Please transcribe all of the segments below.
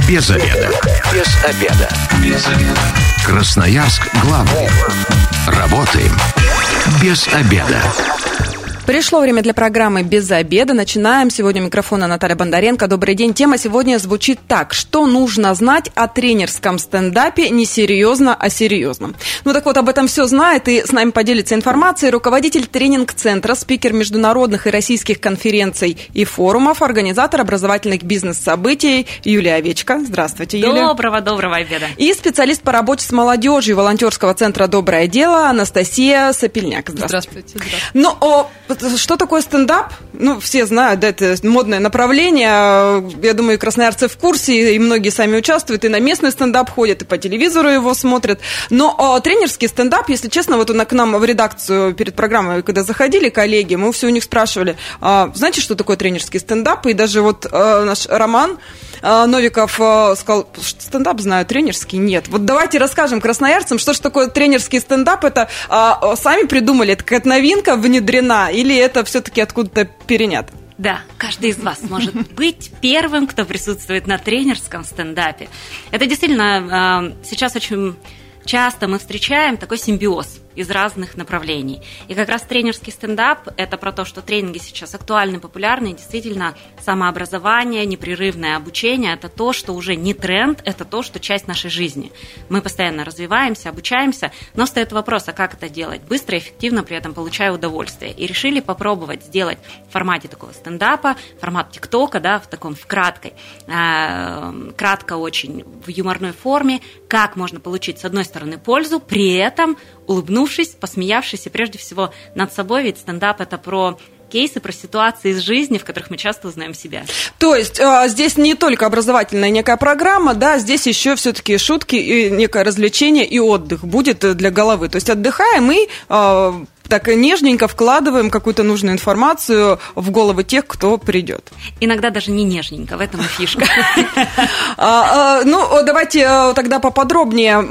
Без обеда. Без обеда. Без обеда. Красноярск главный. Работаем без обеда. Пришло время для программы «Без обеда». Начинаем. Сегодня у микрофона Наталья Бондаренко. Добрый день. Тема сегодня звучит так. Что нужно знать о тренерском стендапе не серьезно, а серьезно? Ну так вот, об этом все знает и с нами поделится информацией руководитель тренинг-центра, спикер международных и российских конференций и форумов, организатор образовательных бизнес-событий Юлия Овечко. Здравствуйте, Юлия. Доброго обеда. И специалист по работе с молодежью волонтерского центра «Доброе дело» Анастасия Сапельняк. Здравствуйте. Ну, что такое стендап? Ну, все знают, да, это модное направление. Я думаю, красноярцы в курсе, и многие сами участвуют, и на местный стендап ходят, и по телевизору его смотрят. Но тренерский стендап, если честно, вот к нам в редакцию перед программой, когда заходили коллеги, мы все у них спрашивали, знаете, что такое тренерский стендап? И даже вот наш Роман Новиков сказал, что стендап знаю, тренерский нет. Вот давайте расскажем красноярцам, что же такое тренерский стендап. Это сами придумали, это какая-то новинка внедрена, или это все-таки откуда-то перенято? Да, каждый из вас может быть первым, кто присутствует на тренерском стендапе. Это действительно сейчас очень часто мы встречаем такой симбиоз из разных направлений. И как раз тренерский стендап – это про то, что тренинги сейчас актуальны, популярны, и действительно самообразование, непрерывное обучение – это то, что уже не тренд, это то, что часть нашей жизни. Мы постоянно развиваемся, обучаемся, но встает вопрос, а как это делать? Быстро и эффективно, при этом получая удовольствие. И решили попробовать сделать в формате такого стендапа, формат ТикТока, да, кратко очень, в юморной форме, как можно получить, с одной стороны, пользу, при этом улыбнувшись, посмеявшись и прежде всего над собой, ведь стендап – это про кейсы, про ситуации из жизни, в которых мы часто узнаем себя. То есть здесь не только образовательная некая программа, да, здесь еще все-таки шутки и некое развлечение и отдых будет для головы. То есть отдыхаем и так нежненько вкладываем какую-то нужную информацию в головы тех, кто придет. Иногда даже не нежненько, в этом и фишка. Ну, давайте тогда поподробнее.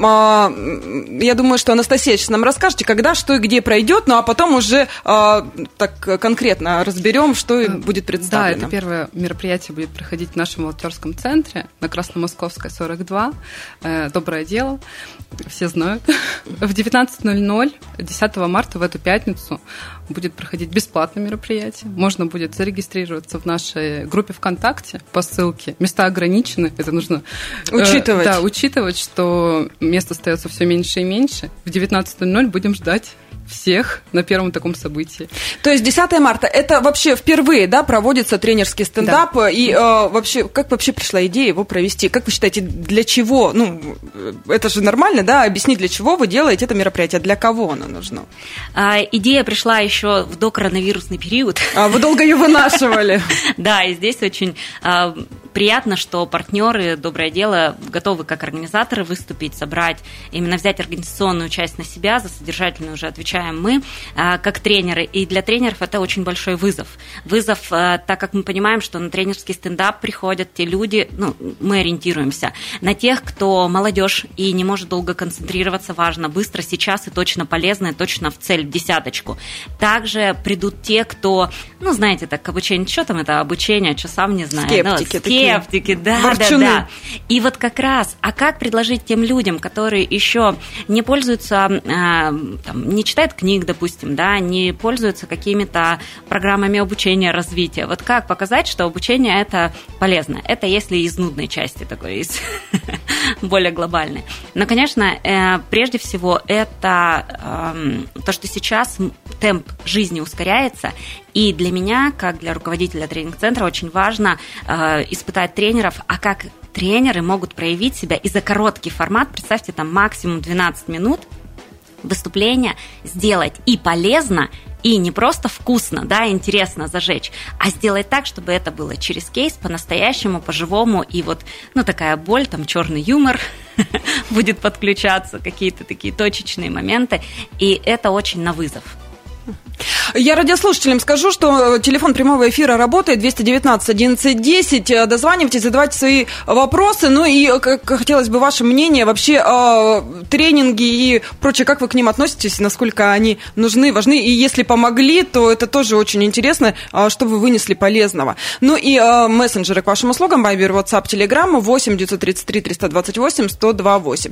Я думаю, что Анастасия сейчас нам расскажете, когда, что и где пройдет, ну а потом уже так конкретно разберем, что будет представлено. Да, это первое мероприятие будет проходить в нашем волонтерском центре на Красномосковской, 42. Доброе дело, все знают. В 19:00, 10 марта, в эту пятницу, будет проходить бесплатное мероприятие. Можно будет зарегистрироваться в нашей группе ВКонтакте по ссылке. Места ограничены, это нужно учитывать. Да, учитывать, что мест остается все меньше и меньше. В 19:00 будем ждать всех на первом таком событии. То есть 10 марта, это вообще впервые, да, проводится тренерский стендап, да. И вообще, как вообще пришла идея его провести? Как вы считаете, для чего? Ну, это же нормально, да, объяснить, для чего вы делаете это мероприятие, для кого оно нужно? Идея пришла еще в докоронавирусный период. Вы долго ее вынашивали. Да, и здесь очень приятно, что партнеры «Доброе дело» готовы как организаторы выступить, собрать, именно взять организационную часть на себя, за содержательную уже отвечаем мы, как тренеры. И для тренеров это очень большой вызов. Вызов, так как мы понимаем, что на тренерский стендап приходят те люди, ну, мы ориентируемся на тех, кто молодежь и не может долго концентрироваться, важно, быстро, сейчас и точно полезно, и точно в цель, в десяточку. Также придут те, кто, ну, знаете, так, обучение, что там это обучение, что сам не знаю. Скептики, да. И вот как раз, а как предложить тем людям, которые еще не пользуются, там, не читают книг, допустим, да, не пользуются какими-то программами обучения, развития. Вот как показать, что обучение – это полезно? Это если из нудной части такой, из более глобальной. Но, конечно, прежде всего, это то, что сейчас темп жизни ускоряется, и для меня, как для руководителя тренинг-центра, очень важно испытать тренеров, а как тренеры могут проявить себя и за короткий формат, представьте, там максимум 12 минут, выступление сделать и полезно, и не просто вкусно, да, интересно зажечь, а сделать так, чтобы это было через кейс, по-настоящему, по-живому, и вот, ну, такая боль, там, черный юмор будет подключаться, какие-то такие точечные моменты, и это очень на вызов. Я радиослушателям скажу, что телефон прямого эфира работает 219-11-10. Дозванивайтесь, задавайте свои вопросы. Ну и хотелось бы ваше мнение вообще тренинги и прочее, как вы к ним относитесь, насколько они нужны, важны. И если помогли, то это тоже очень интересно, что вы вынесли полезного. Ну и мессенджеры к вашим услугам, Viber, WhatsApp, Telegram 8-933-328-1028.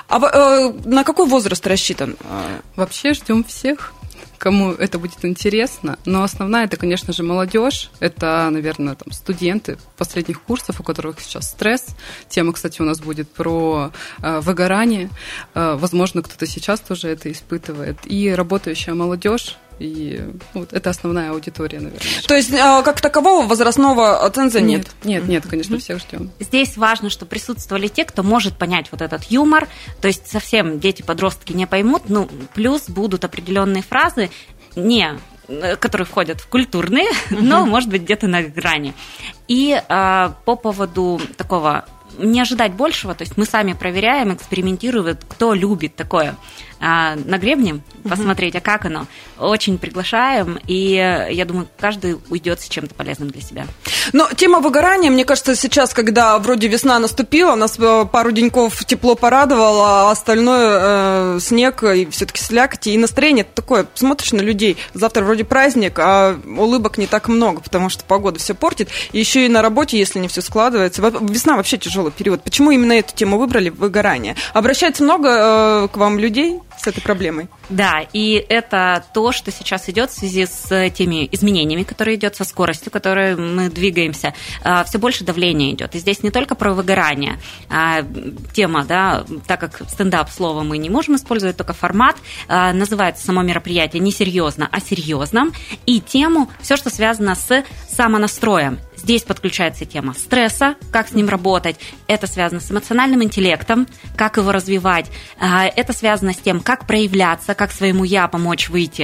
На какой возраст рассчитан? Вообще ждем всех, кому это будет интересно. Но основная, это, конечно же, молодежь. Это, наверное, там, студенты последних курсов, у которых сейчас стресс. Тема, кстати, у нас будет про выгорание. Возможно, кто-то сейчас тоже это испытывает. И работающая молодежь. И вот это основная аудитория, наверное. То есть, как такового возрастного ценза нет? Нет, конечно, всех ждем. Здесь важно, что присутствовали те, кто может понять вот этот юмор. То есть совсем дети-подростки не поймут, ну, плюс будут определенные фразы, которые входят в культурные, но, может быть, где-то на грани. И по поводу такого не ожидать большего, то есть мы сами проверяем, экспериментируем, кто любит такое на гребне посмотреть, а как оно. Очень приглашаем, и я думаю, каждый уйдет с чем-то полезным для себя. Но тема выгорания, мне кажется, сейчас, когда вроде весна наступила, нас пару деньков тепло порадовало, а остальное снег и все-таки слякоть, и настроение такое. Смотришь на людей, завтра вроде праздник, а улыбок не так много, потому что погода все портит. И еще и на работе, если не все складывается. Весна вообще тяжелый период. Почему именно эту тему выбрали, выгорание? Обращается много к вам людей с этой проблемой? Да, и это то, что сейчас идет в связи с теми изменениями, которые идет, со скоростью, которой мы двигаемся. Все больше давления идет. И здесь не только про выгорание. Тема, да, так как стендап слово мы не можем использовать, только формат, называется само мероприятие не серьезно, а серьезным. И тему, все, что связано с самонастроем. Здесь подключается тема стресса, как с ним работать. Это связано с эмоциональным интеллектом, как его развивать. Это связано с тем, как проявляться, как своему «я» помочь выйти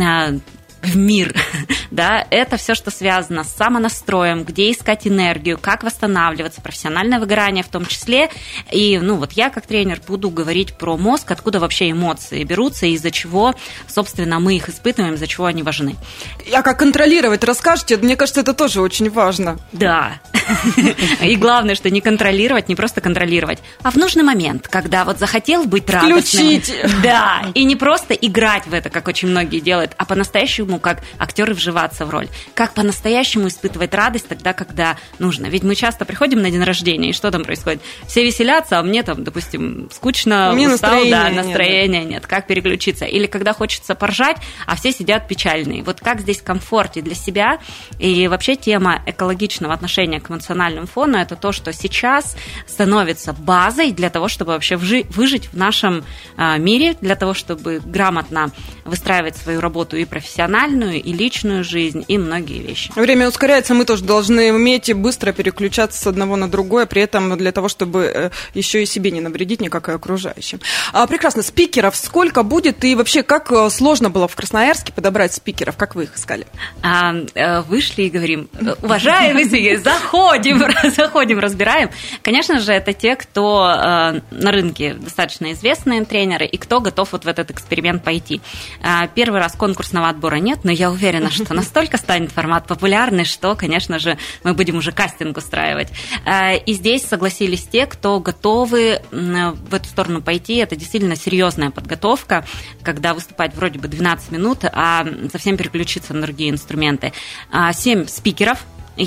в мир, да, это все, что связано с самонастроем, где искать энергию, как восстанавливаться, профессиональное выгорание в том числе. И, вот я как тренер буду говорить про мозг, откуда вообще эмоции берутся, из-за чего, собственно, мы их испытываем, из-за чего они важны. А как контролировать, расскажете? Мне кажется, это тоже очень важно. Да. И главное, что не контролировать, не просто контролировать, а в нужный момент, когда вот захотел быть радостным. Включить. Да, и не просто играть в это, как очень многие делают, а по-настоящему как актеры вживаться в роль. Как по-настоящему испытывать радость тогда, когда нужно. Ведь мы часто приходим на день рождения, и что там происходит? Все веселятся, а мне там, допустим, скучно, устал, настроения нет. Как переключиться? Или когда хочется поржать, а все сидят печальные. Вот как здесь в комфорте для себя? И вообще тема экологичного отношения к эмоциональному фону – это то, что сейчас становится базой для того, чтобы вообще выжить в нашем мире, для того, чтобы грамотно выстраивать свою работу и профессиональную, и личную жизнь, и многие вещи. Время ускоряется, мы тоже должны уметь быстро переключаться с одного на другое, при этом для того, чтобы еще и себе не навредить никак и окружающим. Прекрасно. Спикеров сколько будет, и вообще как сложно было в Красноярске подобрать спикеров? Как вы их искали? Вышли и говорим: уважаемые спикеры, заходим, разбираем. Конечно же, это те, кто на рынке достаточно известные тренеры, и кто готов вот в этот эксперимент пойти. Первый раз конкурсного отбора нет, но я уверена, что настолько станет формат популярный, что, конечно же, мы будем уже кастинг устраивать. И здесь согласились те, кто готовы в эту сторону пойти. Это действительно серьезная подготовка, когда выступать вроде бы 12 минут, а совсем переключиться на другие инструменты. 7 спикеров.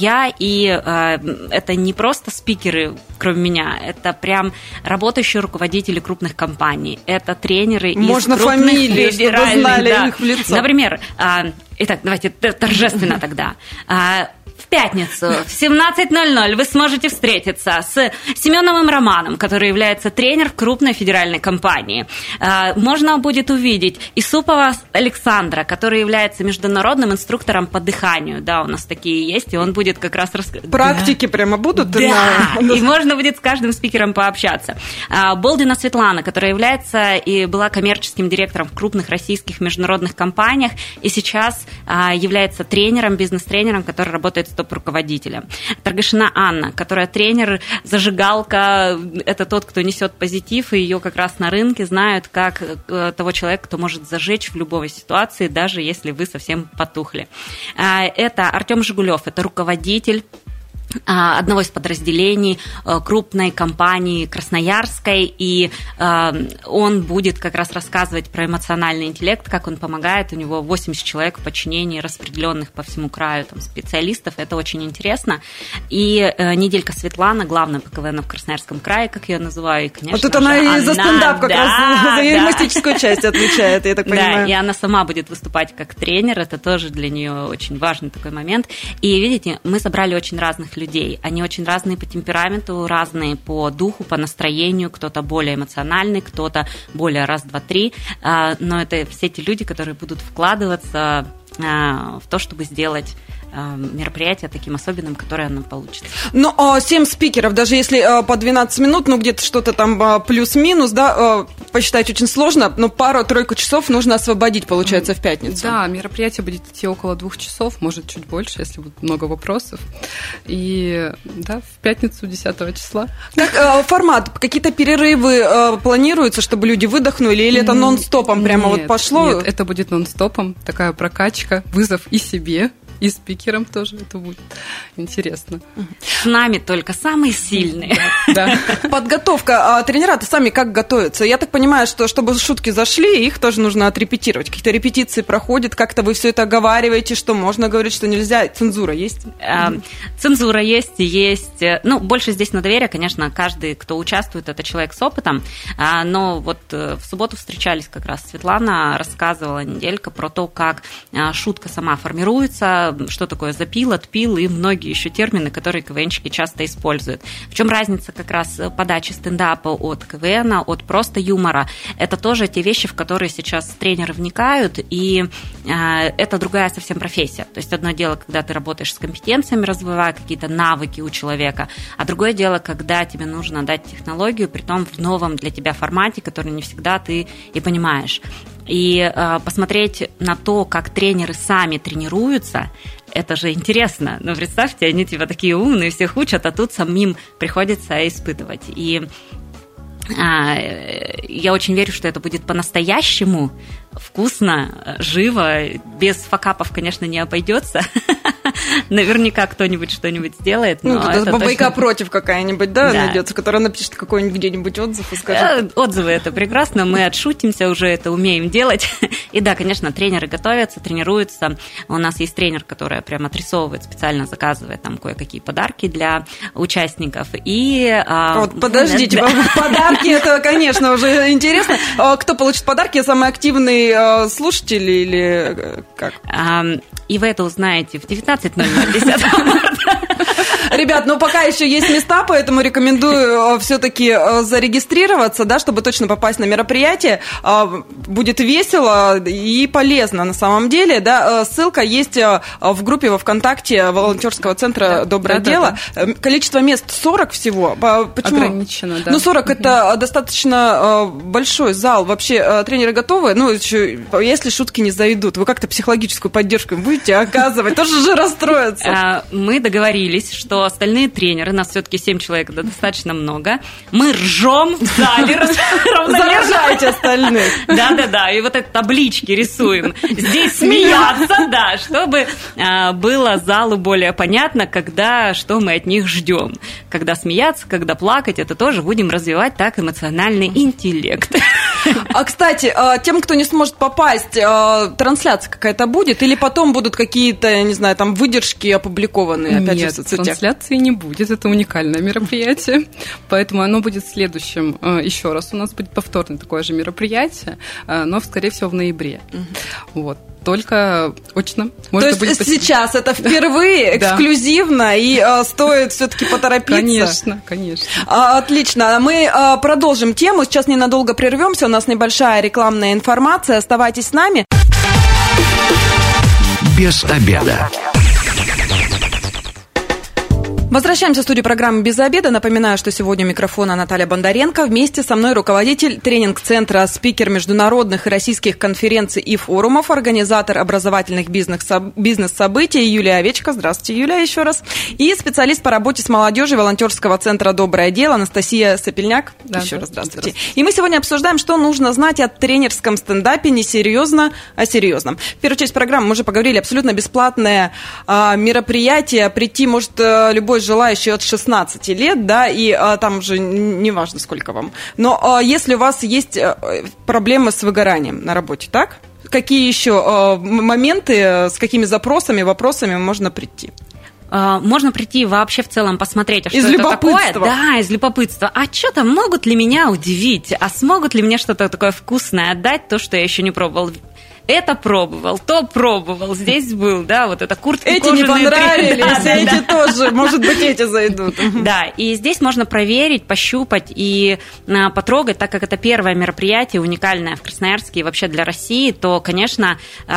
Это не просто спикеры, кроме меня, это прям работающие руководители крупных компаний, это тренеры Можно из крупных фамилии, федеральных, чтобы знали их в лицо. Например, итак, давайте торжественно тогда. В пятницу в 17:00 вы сможете встретиться с Семеновым Романом, который является тренером крупной федеральной компании. Можно будет увидеть Исупова Александра, который является международным инструктором по дыханию. Да, у нас такие есть, и он будет как раз рассказывать. Практики прямо будут? Да, и можно будет с каждым спикером пообщаться. Болдина Светлана, которая является и была коммерческим директором в крупных российских международных компаниях, и сейчас является тренером, бизнес-тренером, который работает с топ-руководителя. Торгашина Анна, которая тренер, зажигалка, это тот, кто несет позитив, и ее как раз на рынке знают как того человека, кто может зажечь в любой ситуации, даже если вы совсем потухли. Это Артем Жигулев, это руководитель одного из подразделений крупной компании красноярской, и он будет как раз рассказывать про эмоциональный интеллект, как он помогает. У него 80 человек в подчинении, распределенных по всему краю там, специалистов. Это очень интересно. И Неделька Светлана, главная по КВН в Красноярском крае, как я ее называю. И, конечно, вот тут она и за стендап как раз, за юмористическую часть отвечает, я так понимаю. Да, и она сама будет выступать как тренер. Это тоже для нее очень важный такой момент. И видите, мы собрали очень разных людей. Они очень разные по темпераменту, разные по духу, по настроению. Кто-то более эмоциональный, кто-то более раз, два, три. Но это все те люди, которые будут вкладываться в то, чтобы сделать мероприятие таким особенным, которое оно получится. Ну, 7 спикеров, даже если по 12 минут, ну, где-то что-то там плюс-минус, да, посчитать очень сложно, но пару-тройку часов нужно освободить, получается, в пятницу. Да, мероприятие будет идти около 2 часов, может, чуть больше, если будет много вопросов. И, да, в пятницу 10 числа. Так, формат, какие-то перерывы планируются, чтобы люди выдохнули, или это нон-стопом прямо вот пошло? Нет, это будет нон-стопом, такая прокачка, вызов и себе, и спикерам тоже это будет интересно. С нами только самые сильные. Да. Подготовка. Тренера-то сами как готовятся? Я так понимаю, что чтобы шутки зашли, их тоже нужно отрепетировать. Какие-то репетиции проходят, как-то вы все это оговариваете, что можно говорить, что нельзя. Цензура есть? Цензура есть. Ну, больше здесь на доверие, конечно, каждый, кто участвует, это человек с опытом. Но вот в субботу встречались как раз Светлана, рассказывала Неделька про то, как шутка сама формируется, что такое запил, отпил и многие еще термины, которые КВНщики часто используют. В чем разница как раз подачи стендапа от КВНа, от просто юмора? Это тоже те вещи, в которые сейчас тренеры вникают, и это другая совсем профессия. То есть одно дело, когда ты работаешь с компетенциями, развивая какие-то навыки у человека, а другое дело, когда тебе нужно дать технологию, притом в новом для тебя формате, который не всегда ты и понимаешь. И посмотреть на то, как тренеры сами тренируются, это же интересно. Ну, представьте, они типа такие умные, всех учат, а тут самим приходится испытывать. И я очень верю, что это будет по-настоящему вкусно, живо, без факапов, конечно, не обойдется. Наверняка кто-нибудь что-нибудь сделает. Ну, бабайка точно... против какая-нибудь, да, найдется, которая напишет какой-нибудь где-нибудь отзыв и скажет. Отзывы это прекрасно, мы отшутимся, уже это умеем делать. И да, конечно, тренеры готовятся, тренируются. У нас есть тренер, который прям отрисовывает, специально заказывает там кое-какие подарки для участников. И вот, подождите, подарки это, конечно, уже интересно. Кто получит подарки? Самый активный слушатель или как? И вы это узнаете в 19:00 10 марта. Ребят, ну пока еще есть места, поэтому рекомендую все-таки зарегистрироваться, да, чтобы точно попасть на мероприятие. Будет весело и полезно на самом деле. Да. Ссылка есть в группе во ВКонтакте волонтерского центра «Доброе дело». Да. Количество мест 40 всего. Почему? Ограничено, да. Ну, 40 это достаточно большой зал. Вообще тренеры готовы? Ну, если шутки не зайдут, вы как-то психологическую поддержку им будете оказывать? Тоже же расстроятся. Мы договорились, что остальные тренеры, нас все-таки 7 человек, это достаточно много, мы ржем в зале. Заражайте остальных. Да, и вот эти таблички рисуем. Здесь смеяться, да, чтобы было залу более понятно, что мы от них ждем. Когда смеяться, когда плакать, это тоже будем развивать так эмоциональный интеллект. А, кстати, тем, кто не сможет попасть, трансляция какая-то будет? Или потом будут какие-то, я не знаю, там выдержки опубликованные опять же в соцсетях? Трансляции не будет, это уникальное мероприятие, поэтому оно будет следующим. Еще раз, у нас будет повторное такое же мероприятие, но, скорее всего, в ноябре. Вот. Только очно. То есть сейчас это впервые, эксклюзивно, и стоит все-таки поторопиться? Конечно. Отлично. Мы продолжим тему. Сейчас ненадолго прервемся. У нас небольшая рекламная информация. Оставайтесь с нами. Без обеда. Возвращаемся в студию программы «Без обеда». Напоминаю, что сегодня у микрофона Наталья Бондаренко. Вместе со мной руководитель тренинг-центра, спикер международных и российских конференций и форумов, организатор образовательных бизнес-событий Юлия Овечко. Здравствуйте, Юлия, еще раз. И специалист по работе с молодежью волонтерского центра «Доброе дело» Анастасия Сапельняк. Да, еще раз здравствуйте. И мы сегодня обсуждаем, что нужно знать о тренерском стендапе не серьезно, а серьезном. В первую часть программы мы уже поговорили, абсолютно бесплатное мероприятие. Прийти может любой желающий от 16 лет, да, и там уже не важно, сколько вам. Но если у вас есть проблемы с выгоранием на работе, так? Какие еще моменты, с какими запросами, вопросами можно прийти? Можно прийти вообще в целом посмотреть, а что из это такое. Да, из любопытства. А что-то могут ли меня удивить? А смогут ли мне что-то такое вкусное отдать, то, что я еще не пробовал? Это пробовал, то пробовал, здесь был, да, вот это куртки эти кожаные. Эти не понравились, эти тоже, может быть, эти зайдут. Да, и здесь можно проверить, пощупать и потрогать, так как это первое мероприятие, уникальное в Красноярске и вообще для России, то, конечно,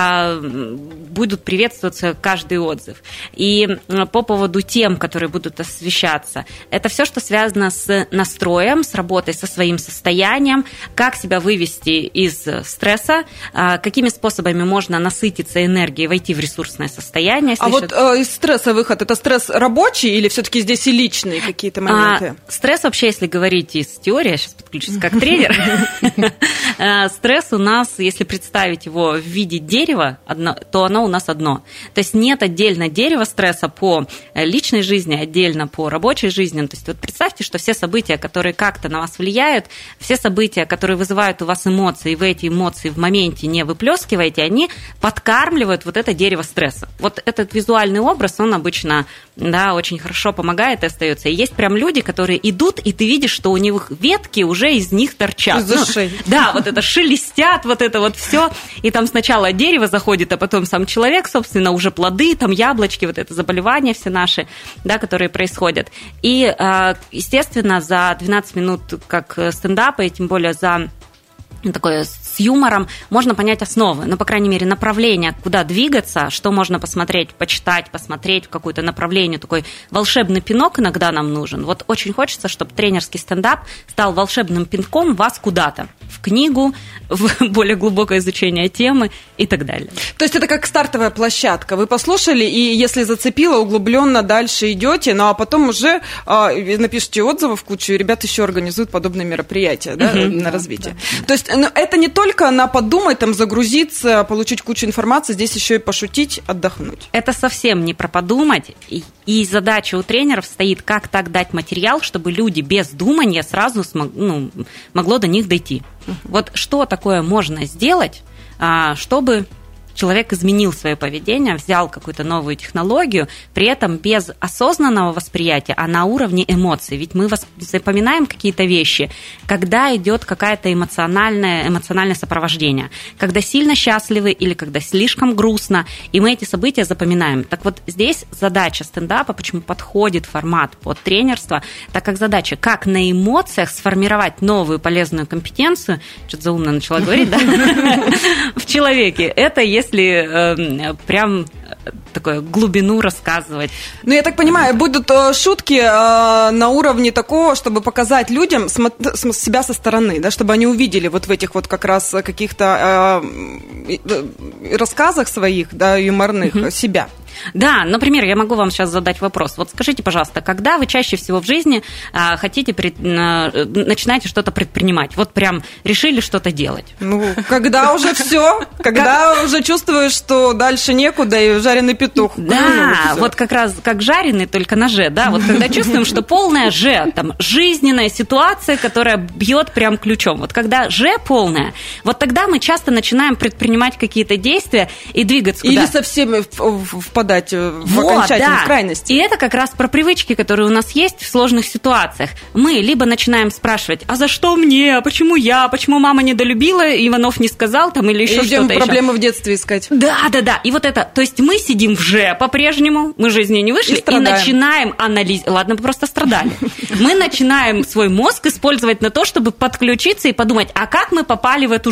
будут приветствоваться каждый отзыв. И по поводу тем, которые будут освещаться, это все, что связано с настроем, с работой, со своим состоянием, как себя вывести из стресса, какими способами можно насытиться энергией, войти в ресурсное состояние. А вот из стресса выход, это стресс рабочий или все-таки здесь и личные какие-то моменты? Стресс вообще, если говорить из теории, я сейчас подключусь как тренер, стресс у нас, если представить его в виде дерева, то оно у нас одно. То есть нет отдельно дерева стресса по личной жизни, отдельно по рабочей жизни. То есть вот представьте, что все события, которые как-то на вас влияют, все события, которые вызывают у вас эмоции, и вы эти эмоции в моменте не выплескиваете, они подкармливают вот это дерево стресса. Вот этот визуальный образ, он обычно, да, очень хорошо помогает и остается. И есть прям люди, которые идут, и ты видишь, что у них ветки уже из них торчат. Из ушей. Да, вот это шелестят, вот это вот все. И там сначала дерево заходит, а потом сам человек, собственно, уже плоды, там яблочки, вот это заболевания все наши, да, которые происходят. И, естественно, за 12 минут как стендапа, и тем более за такое с юмором, можно понять основы, ну, по крайней мере, направление, куда двигаться, что можно посмотреть, почитать, посмотреть в какое-то направление, такой волшебный пинок иногда нам нужен. Вот очень хочется, чтобы тренерский стендап стал волшебным пинком вас куда-то, в книгу, в более глубокое изучение темы и так далее. То есть это как стартовая площадка. Вы послушали, и если зацепило, углубленно дальше идете, ну, а потом уже напишите отзывы в кучу, и ребята еще организуют подобные мероприятия, да, на развитие. Да. То есть это не только на подумать, там, загрузиться, получить кучу информации, здесь еще и пошутить, отдохнуть. Это совсем не про подумать. И задача у тренеров стоит, как так дать материал, чтобы люди без думания сразу могло до них дойти. Вот что такое можно сделать, чтобы человек изменил свое поведение, взял какую-то новую технологию, при этом без осознанного восприятия, а на уровне эмоций. Ведь мы запоминаем какие-то вещи, когда идет какое-то эмоциональное сопровождение, когда сильно счастливы или когда слишком грустно, и мы эти события запоминаем. Так вот, здесь задача стендапа, почему подходит формат под тренерство, так как задача, как на эмоциях сформировать новую полезную компетенцию, что-то заумно начала говорить, да, в человеке. Это если прям такую глубину рассказывать. Ну, я так понимаю, будут шутки на уровне такого, чтобы показать людям себя со стороны, да, чтобы они увидели вот в этих вот как раз каких-то рассказах своих, да, юморных, себя. Да, например, я могу вам сейчас задать вопрос. Вот скажите, пожалуйста, когда вы чаще всего в жизни начинаете что-то предпринимать? Вот прям решили что-то делать? Ну, когда уже все, когда уже чувствуешь, что дальше некуда, и жареный петух. Да, вот как раз как жареный, только на «ж», да, вот когда чувствуем, что полная «ж», там, жизненная ситуация, которая бьет прям ключом. Вот когда «ж» полная, вот тогда мы часто начинаем предпринимать какие-то действия и двигаться куда-то. Или совсем впадать в окончательную крайность. И это как раз про привычки, которые у нас есть в сложных ситуациях. Мы либо начинаем спрашивать, а за что мне, а почему я, почему мама недолюбила, Иванов не сказал, там, или еще что-то. Идем проблемы в детстве искать. Да. И вот это, то есть мы сидим в «ж» по-прежнему, мы из нее не вышли, и начинаем анализировать. Ладно, мы просто страдали. Мы начинаем свой мозг использовать на то, чтобы подключиться и подумать, а как мы попали в эту «ж»?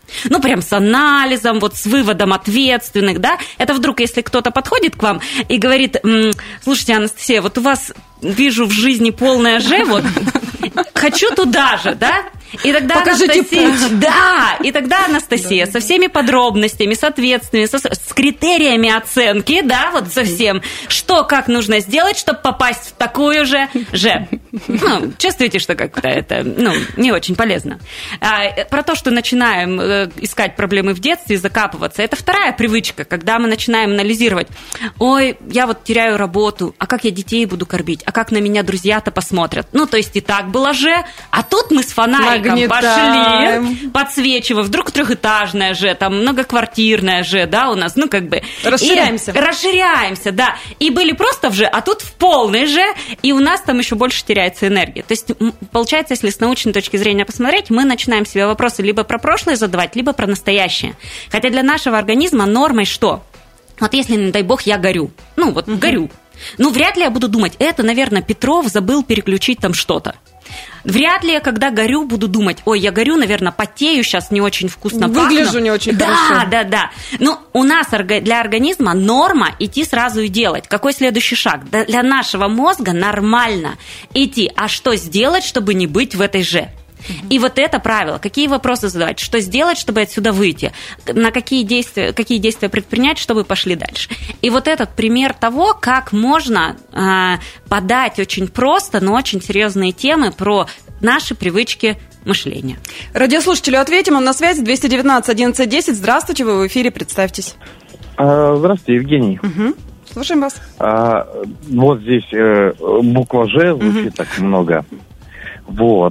Ну, прям с анализом, вот с выводом ответственных, да. Это вдруг, если кто-то подходит к вам и говорит: слушайте, Анастасия, вот у вас, вижу, в жизни полное Ж, вот, хочу туда же, да. И тогда покажите Анастасия, путь. да, и тогда Анастасия со всеми подробностями, с ответственностью, с критериями оценки, да, вот совсем, что, как нужно сделать, чтобы попасть в такую же. Ну, чувствуете, что как-то это, не очень полезно. Про то, что начинаем искать проблемы в детстве, закапываться, это вторая привычка, когда мы начинаем анализировать: ой, я вот теряю работу, а как я детей буду кормить, а как на меня друзья-то посмотрят. Ну, то есть и так было же, а тут мы с фонариком пошли, подсвечивая, вдруг трехэтажная же, там многоквартирная же, да, у нас, ну, как бы... Расширяемся, да. И были просто в же, а тут в полной же, и у нас там еще больше теряется энергия. То есть, получается, если с научной точки зрения посмотреть, мы начинаем себе вопросы либо про прошлое задавать, либо про настоящее. Хотя для нашего организма нормой что? Вот если, не дай бог, я горю, горю, вряд ли я буду думать: это, наверное, Петров забыл переключить там что-то. Вряд ли я, когда горю, буду думать: ой, я горю, наверное, потею, сейчас не очень вкусно пахну. Выгляжу не очень хорошо. Да. Но у нас для организма норма идти сразу и делать. Какой следующий шаг? Для нашего мозга нормально идти. А что сделать, чтобы не быть в этой же? И вот это правило. Какие вопросы задавать? Что сделать, чтобы отсюда выйти? На какие действия предпринять, чтобы пошли дальше? И вот этот пример того, как можно подать очень просто, но очень серьезные темы про наши привычки мышления. Радиослушателю ответим. Он на связи. 219-11-10. Здравствуйте, вы в эфире. Представьтесь. Здравствуйте, Евгений. Слушаем вас. Вот здесь буква «Ж» звучит так много. Вот.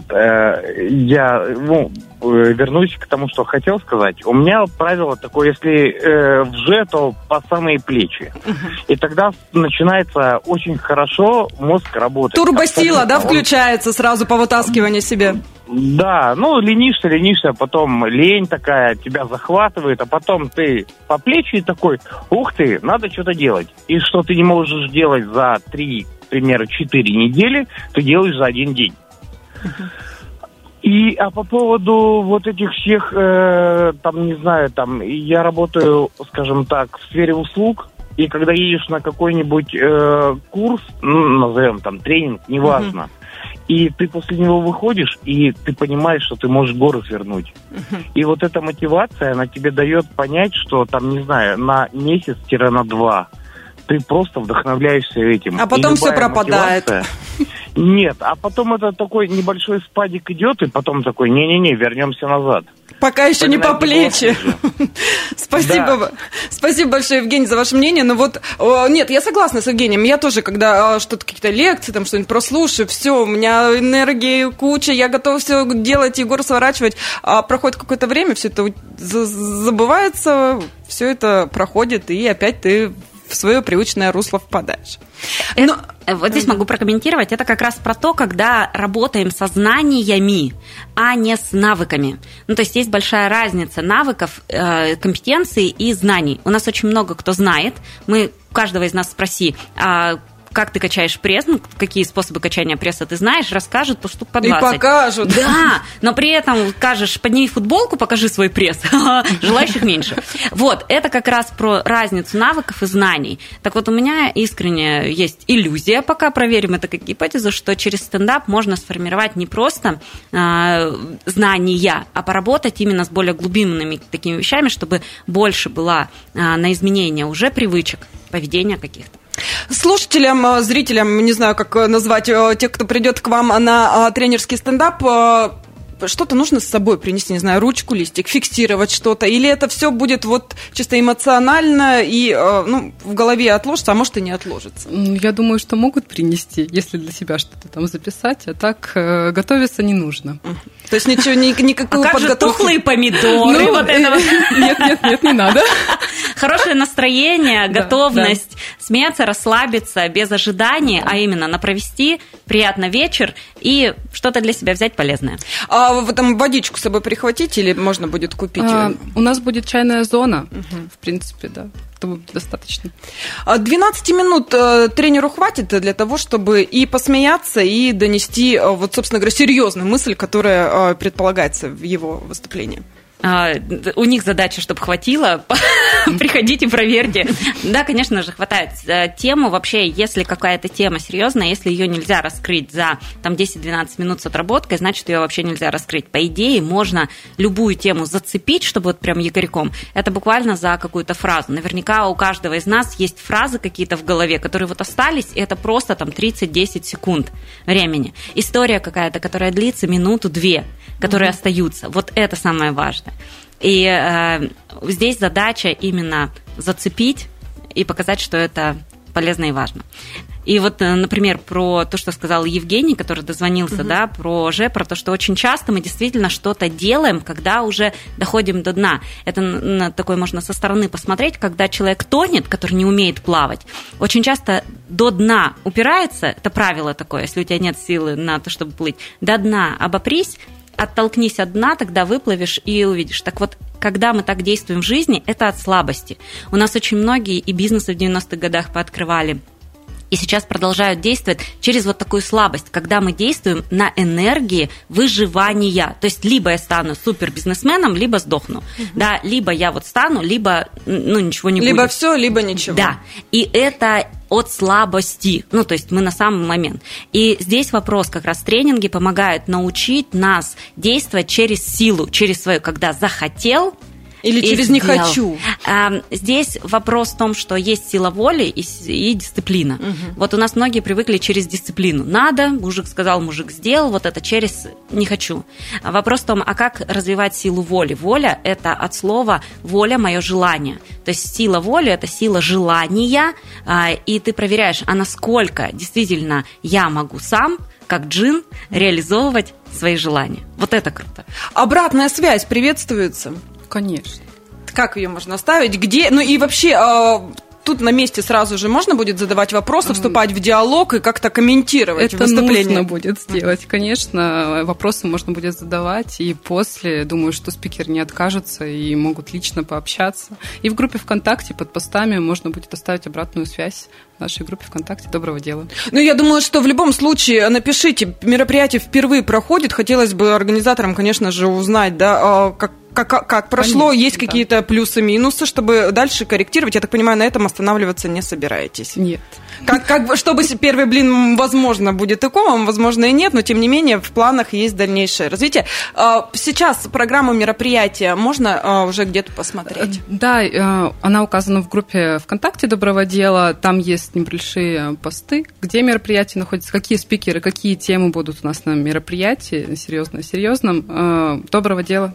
Я вернусь к тому, что хотел сказать. У меня правило такое: если в «Ж», то по самые плечи. И тогда начинается очень хорошо мозг работать. Турбосила, да, включается сразу по вытаскиванию себе. Да, ленишься, потом лень такая тебя захватывает, а потом ты по плечи такой: ух ты, надо что-то делать. И что ты не можешь делать за 3, к примеру, 4 недели, ты делаешь за 1 день. А по поводу вот этих всех, я работаю, скажем так, в сфере услуг, и когда едешь на какой-нибудь курс, назовем там тренинг, неважно, и ты после него выходишь, и ты понимаешь, что ты можешь горы свернуть. И вот эта мотивация, она тебе дает понять, что на месяц-на 2 ты просто вдохновляешься этим. А потом все пропадает. Нет, а потом это такой небольшой спадик идет, и потом такой: не-не-не, вернемся назад. Пока еще не по плечи. Спасибо. Спасибо большое, Евгений, за ваше мнение. Нет, я согласна с Евгением. Я тоже, когда что-то, какие-то лекции, там что-нибудь прослушаю, все, у меня энергии куча, я готова все делать и горы сворачивать. А проходит какое-то время, все это забывается, все это проходит, и опять ты в свое привычное русло впадаешь. Вот здесь могу прокомментировать. Это как раз про то, когда работаем со знаниями, а не с навыками. То есть есть большая разница навыков, компетенций и знаний. У нас очень много кто знает. Каждого из нас спроси: как ты качаешь пресс, какие способы качания пресса ты знаешь, расскажут по штук по 20. И покажут. Да, но при этом скажешь: подними футболку, покажи свой пресс. Желающих меньше. Вот, это как раз про разницу навыков и знаний. Так вот, у меня искренне есть иллюзия, пока проверим это как гипотезу, что через стендап можно сформировать не просто знания, а поработать именно с более глубинными такими вещами, чтобы больше было на изменение уже привычек, поведения каких-то. Слушателям, зрителям, не знаю, как назвать, тех, кто придет к вам на тренерский стендап, что-то нужно с собой принести, не знаю, ручку, листик, фиксировать что-то, или это все будет чисто эмоционально и в голове отложится, а может и не отложится? Я думаю, что могут принести, если для себя что-то там записать, а так готовиться не нужно. То есть никакую подготовку? А как же тухлые помидоры? Нет, не надо. Хорошее настроение, готовность смеяться, расслабиться без ожиданий, а именно провести приятный вечер и что-то для себя взять полезное. А вы там водичку с собой прихватить или можно будет купить? У нас будет чайная зона, в принципе, да. Этого достаточно. 12 минут тренеру хватит для того, чтобы и посмеяться, и донести, собственно говоря, серьезную мысль, которая предполагается в его выступлении? у них задача, чтобы хватило, приходите, проверьте. Да, конечно же, хватает. Тему вообще, если какая-то тема серьезная, если ее нельзя раскрыть за там, 10-12 минут с отработкой, значит, ее вообще нельзя раскрыть. По идее, можно любую тему зацепить, чтобы вот прям якорьком. Это буквально за какую-то фразу. Наверняка у каждого из нас есть фразы какие-то в голове, которые вот остались, и это просто там 30-10 секунд времени. История какая-то, которая длится минуту-две, которые остаются. Вот это самое важное. И здесь задача именно зацепить и показать, что это полезно и важно. И вот, например, про то, что сказал Евгений, который дозвонился, да, про то, что очень часто мы действительно что-то делаем, когда уже доходим до дна. Это такое можно со стороны посмотреть, когда человек тонет, который не умеет плавать, очень часто до дна упирается, это правило такое, если у тебя нет силы на то, чтобы плыть, до дна обопрись, оттолкнись от дна, тогда выплывешь и увидишь. Так вот, когда мы так действуем в жизни, это от слабости. У нас очень многие и бизнесы в 90-х годах пооткрывали, и сейчас продолжают действовать через вот такую слабость, когда мы действуем на энергии выживания. То есть либо я стану супербизнесменом, либо сдохну. Да, либо я вот стану, либо ничего не будет. Либо все, либо ничего. Да, и это от слабости. То есть мы на самый момент. И здесь вопрос, как раз тренинги помогают научить нас действовать через силу, через свою, когда захотел, или через «не хочу». Здесь вопрос в том, что есть сила воли и дисциплина. Вот у нас многие привыкли через дисциплину. Надо, мужик сказал, мужик сделал, вот это через «не хочу». Вопрос в том, а как развивать силу воли? Воля – это от слова «воля» – мое желание. То есть сила воли – это сила желания, и ты проверяешь, а насколько действительно я могу сам, как джин, реализовывать свои желания. Вот это круто. Обратная связь приветствуется? Конечно. Как ее можно оставить? Где? И вообще, тут на месте сразу же можно будет задавать вопросы, вступать в диалог и как-то комментировать выступление? Это нужно будет сделать. Конечно, вопросы можно будет задавать, и после, думаю, что спикеры не откажутся и могут лично пообщаться. И в группе ВКонтакте под постами можно будет оставить обратную связь в нашей группе ВКонтакте «Доброго дела». Я думаю, что в любом случае напишите, мероприятие впервые проходит, хотелось бы организаторам, конечно же, узнать, да, как прошло, конечно, есть какие-то плюсы-минусы, чтобы дальше корректировать. Я так понимаю, на этом останавливаться не собираетесь? Нет. Чтобы первый блин, возможно, будет и комом, возможно, и нет, но, тем не менее, в планах есть дальнейшее развитие. Сейчас программу мероприятия можно уже где-то посмотреть? Да, она указана в группе ВКонтакте «Доброго дела». Там есть небольшие посты, где мероприятие находится, какие спикеры, какие темы будут у нас на мероприятии, серьезном. «Доброго дела».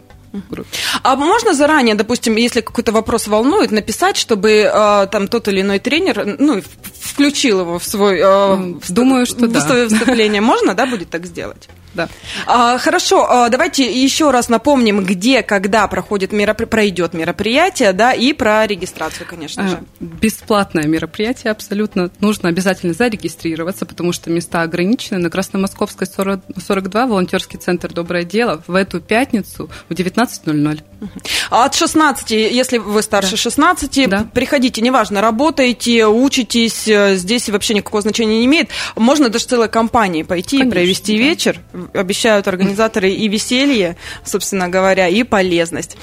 А можно заранее, допустим, если какой-то вопрос волнует, написать, чтобы там тот или иной тренер включил его в свой Думаю, что выступление? Можно, да, будет так сделать? Да. Хорошо, давайте еще раз напомним, где, когда пройдет мероприятие, да, и про регистрацию, конечно же. Бесплатное мероприятие абсолютно. Нужно обязательно зарегистрироваться, потому что места ограничены. На Красномосковской 42 волонтерский центр «Доброе дело» в эту пятницу в 19:00. От 16, если вы старше 16, приходите, неважно, работаете, учитесь, здесь вообще никакого значения не имеет. Можно даже целой компанией пойти, конечно, и провести вечер. Обещают организаторы и веселье, собственно говоря, и полезность.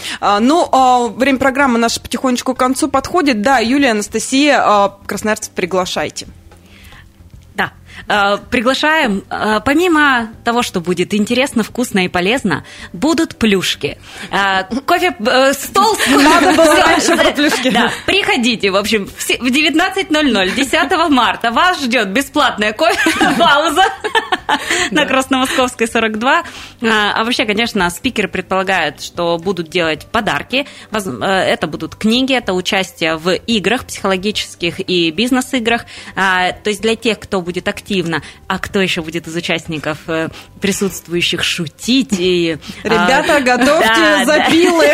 Время программы наше потихонечку к концу подходит. Да, Юлия, Анастасия, красноярцев приглашайте. Да, приглашаем. Помимо того, что будет интересно, вкусно и полезно, будут плюшки. Кофе, стол. Надо было раньше про плюшки. Да, приходите, в общем, в 19:00, 10 марта вас ждет бесплатная кофе-пауза на Красномосковской 42. А вообще, конечно, спикеры предполагают, что будут делать подарки. Это будут книги, это участие в играх психологических и бизнес-играх. То есть для тех, кто будет активно, а кто еще будет из участников присутствующих шутить и... Ребята, готовьте запилы!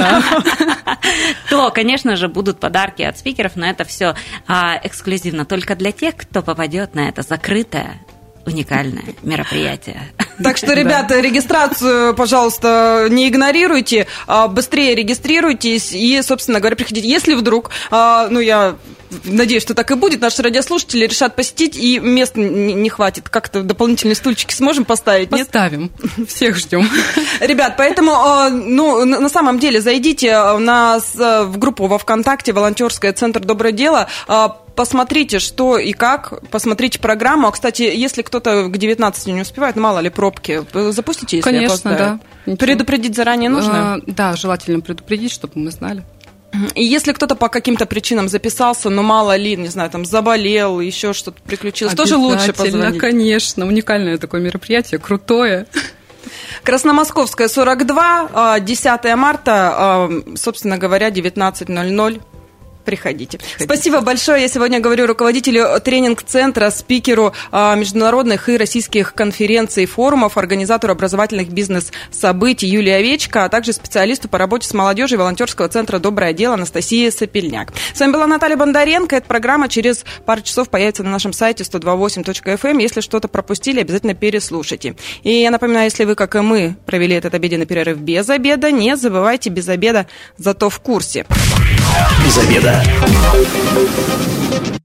То, конечно же, будут подарки от спикеров, но это все эксклюзивно только для тех, кто попадет на это закрытое, уникальное мероприятие. Так что, ребята, регистрацию, пожалуйста, не игнорируйте, быстрее регистрируйтесь и, собственно говоря, приходите. Если вдруг, я надеюсь, что так и будет. Наши радиослушатели решат посетить, и мест не хватит. Как-то дополнительные стульчики сможем поставить? Поставим. Нет? Всех ждем. Ребят, поэтому, на самом деле, зайдите в группу во ВКонтакте «Волонтерская Центр Доброе Дело», посмотрите, что и как, посмотрите программу. А, кстати, если кто-то к 19 не успевает, мало ли пробки, запустите, если опоздают. Конечно, да. Предупредить заранее нужно? Да, желательно предупредить, чтобы мы знали. И если кто-то по каким-то причинам записался, но мало ли, не знаю, там заболел, еще что-то приключилось, тоже лучше позвонить. Конечно, уникальное такое мероприятие, крутое. Красномосковская, 42, 10 марта, собственно говоря, 19:00. Приходите. Спасибо большое. Я сегодня говорю руководителю тренинг-центра, спикеру международных и российских конференций и форумов, организатору образовательных бизнес-событий Юлии Овечко, а также специалисту по работе с молодежью волонтерского центра «Доброе дело» Анастасия Сапельняк. С вами была Наталья Бондаренко. Эта программа через пару часов появится на нашем сайте 102.8.fm. Если что-то пропустили, обязательно переслушайте. И я напоминаю, если вы, как и мы, провели этот обеденный перерыв без обеда, не забывайте, без обеда, зато в курсе. Без обеда.